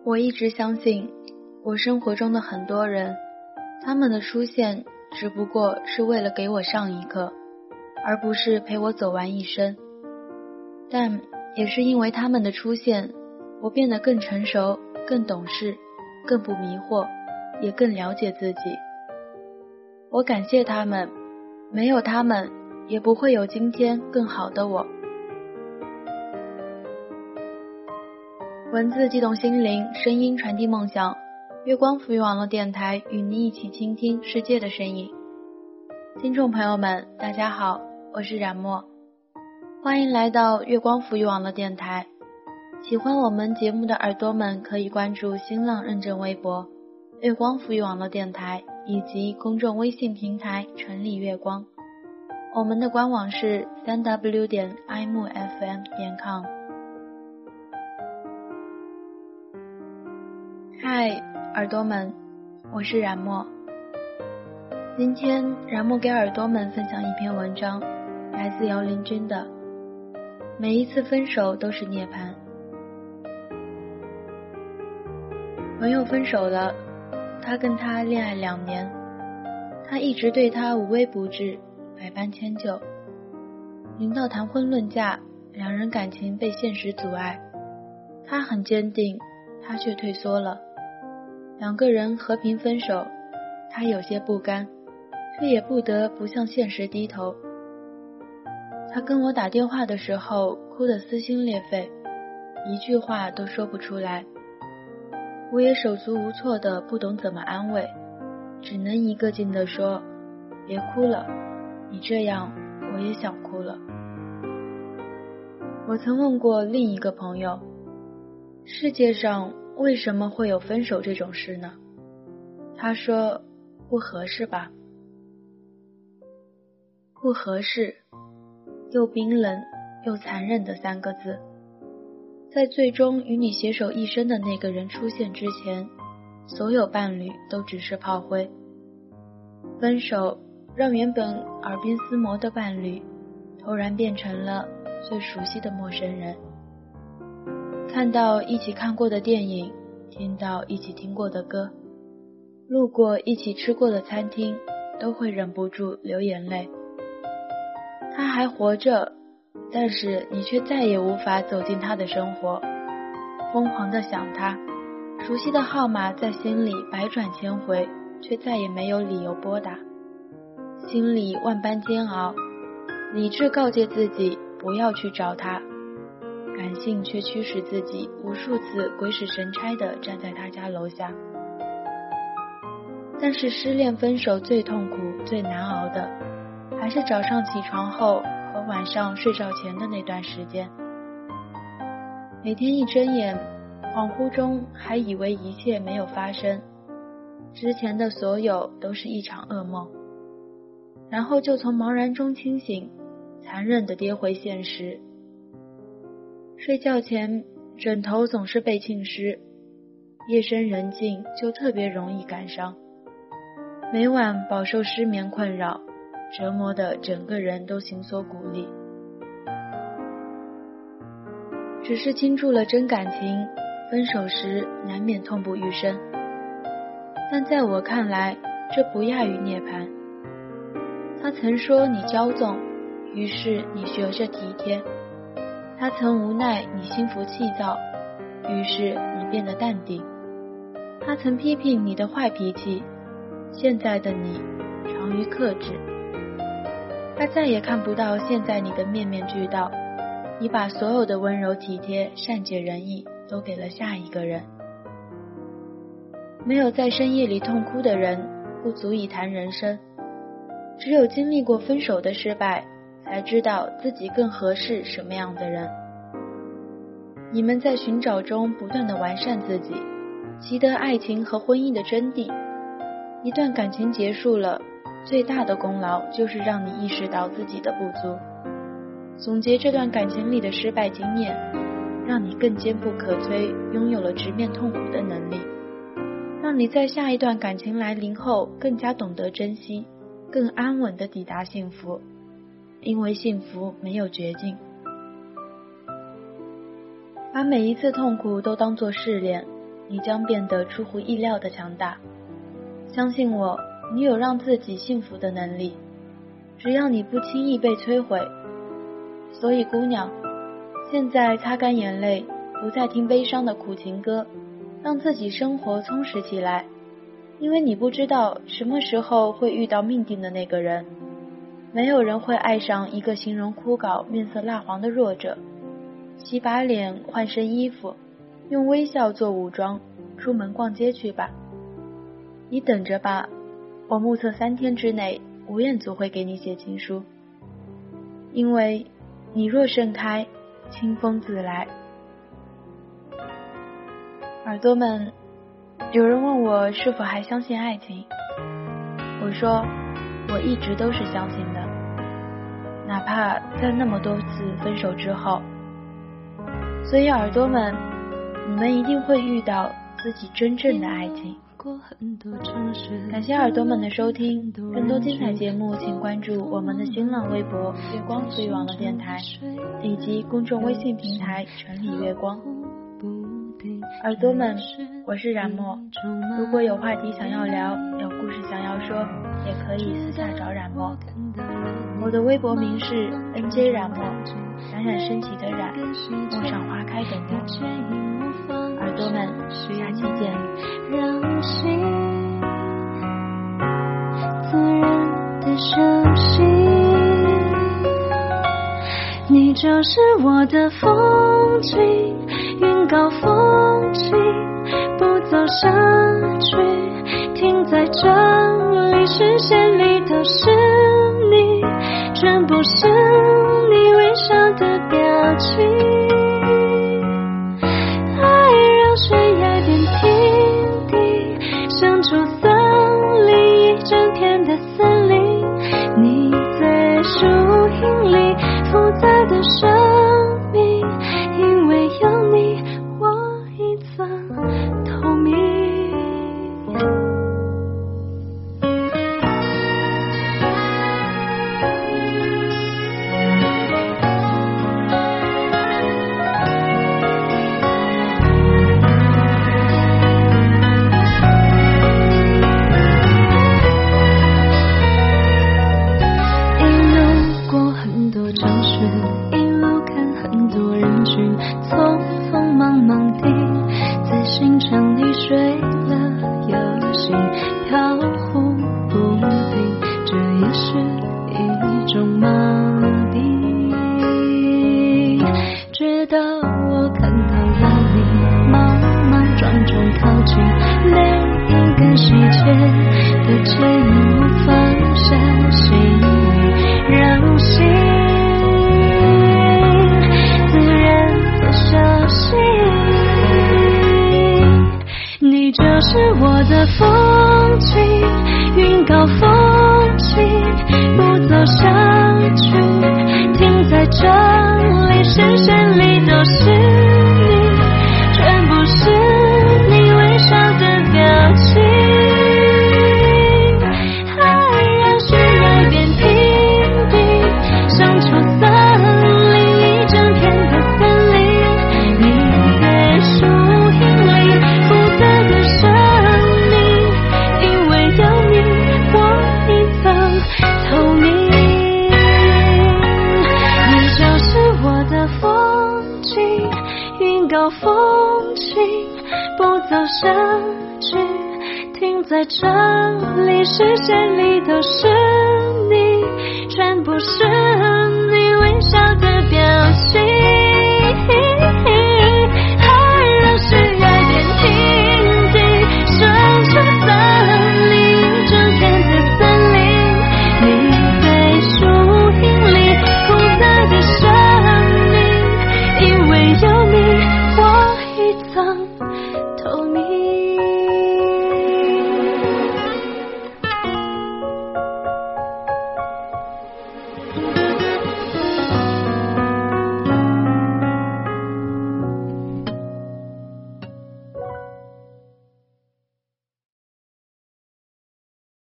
我一直相信，我生活中的很多人，他们的出现只不过是为了给我上一课，而不是陪我走完一生。但也是因为他们的出现，我变得更成熟、更懂事、更不迷惑，也更了解自己。我感谢他们，没有他们，也不会有今天更好的我。文字激动心灵，声音传递梦想。月光浮语网络电台与你一起倾听世界的声音。听众朋友们，大家好，我是冉墨，欢迎来到月光浮语网络电台。喜欢我们节目的耳朵们可以关注新浪认证微博月光浮语网络电台以及公众微信平台城里月光。我们的官网是 3w.imufm.com。嗨，耳朵们，我是冉墨。今天冉墨给耳朵们分享一篇文章，来自姚林君的每一次分手都是涅槃。朋友分手了，他跟他恋爱2年，他一直对他无微不至，百般迁就。临到谈婚论嫁，两人感情被现实阻碍，他很坚定，他却退缩了。2个人和平分手，他有些不甘，却也不得不向现实低头。他跟我打电话的时候哭得撕心裂肺，一句话都说不出来。我也手足无措的不懂怎么安慰，只能一个劲地说，别哭了，你这样我也想哭了。我曾问过另一个朋友，世界上为什么会有分手这种事呢？他说，不合适吧。不合适，又冰冷又残忍的3个字，在最终与你携手一生的那个人出现之前，所有伴侣都只是炮灰。分手让原本耳鬓厮磨的伴侣突然变成了最熟悉的陌生人。看到一起看过的电影，听到一起听过的歌，路过一起吃过的餐厅，都会忍不住流眼泪。他还活着，但是你却再也无法走进他的生活，疯狂地想他，熟悉的号码在心里百转千回，却再也没有理由拨打，心里万般煎熬，理智告诫自己不要去找他，感性却驱使自己无数次鬼使神差地站在他家楼下。但是失恋分手最痛苦最难熬的，还是早上起床后和晚上睡觉前的那段时间。每天一睁眼，恍惚中还以为一切没有发生，之前的所有都是一场噩梦，然后就从茫然中清醒，残忍地跌回现实。睡觉前枕头总是被浸湿，夜深人静就特别容易感伤，每晚饱受失眠困扰，折磨得整个人都形缩骨立。只是倾注了真感情，分手时难免痛不欲生，但在我看来，这不亚于涅槃。他曾说你骄纵，于是你学着体贴；他曾无奈你心浮气躁，于是你变得淡定；他曾批评你的坏脾气，现在的你长于克制。他再也看不到现在你的面面俱到，你把所有的温柔体贴善解人意都给了下一个人。没有在深夜里痛哭的人不足以谈人生，只有经历过分手的失败，才知道自己更合适什么样的人。你们在寻找中不断地完善自己，习得爱情和婚姻的真谛。一段感情结束了，最大的功劳就是让你意识到自己的不足，总结这段感情里的失败经验，让你更坚不可摧，拥有了直面痛苦的能力，让你在下一段感情来临后更加懂得珍惜，更安稳地抵达幸福，因为幸福没有绝境。把每一次痛苦都当作试炼， 你将变得出乎意料的强大。相信我，你有让自己幸福的能力，只要你不轻易被摧毁。所以姑娘，现在擦干眼泪，不再听悲伤的苦情歌，让自己生活充实起来，因为你不知道什么时候会遇到命定的那个人。没有人会爱上一个形容枯槁、面色蜡黄的弱者。洗把脸，换身衣服，用微笑做武装，出门逛街去吧。你等着吧，我目测3天之内，吴彦祖会给你写情书。因为你若盛开，清风自来。耳朵们，有人问我是否还相信爱情，我说我一直都是相信的，哪怕在那么多次分手之后。所以耳朵们，你们一定会遇到自己真正的爱情。感谢耳朵们的收听，更多精彩节目请关注我们的新浪微博月光赋予网络电台以及公众微信平台城里月光。耳朵们，我是冉墨，如果有话题想要聊，有故事想要说，也可以私下找冉墨。我的微博名是 NJ 冉墨，冉冉升起的冉，陌上花开的陌。耳朵们，下期见。 让心自然的休息，你就是我的风景，云高风轻，不走下去，停在这里，视线里都是你，全部是你微笑的表情。爱让悬崖变平地，像出森林，一整片的森林，你在树荫里复杂的生命，因为有你我一层透明。直到我看到了你莽莽撞撞靠近，连一根细节的牵引我放下心里，让心自然的休息。你就是我的风景，云高风轻，不走下去，停在这里，视线里都是你，全部是你微笑的表情。爱让悬崖变平地，像出森林，一整片的森林，你在树荫里复杂的生命，因为有你我一层透明。你就是我的风景，云高风轻，不走下去，停在这里，视线里都是你，全部是